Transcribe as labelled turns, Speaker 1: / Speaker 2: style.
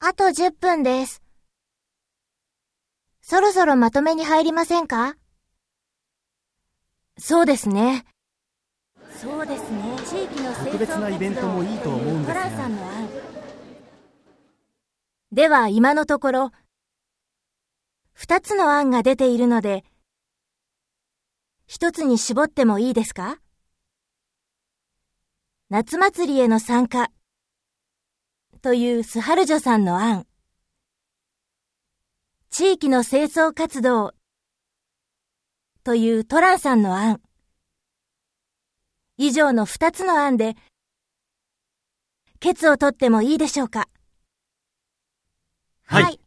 Speaker 1: あと10分です。そろそろまとめに入りませんか？
Speaker 2: そうですね。
Speaker 1: 地域の
Speaker 3: 特別なイベントもいいと思うんですが。
Speaker 2: では今のところ、2つの案が出ているので、1つに絞ってもいいですか？夏祭りへの参加というスハルジョさんの案。地域の清掃活動というトランさんの案。以上の2つの案で、決を取ってもいいでしょうか？
Speaker 3: はい。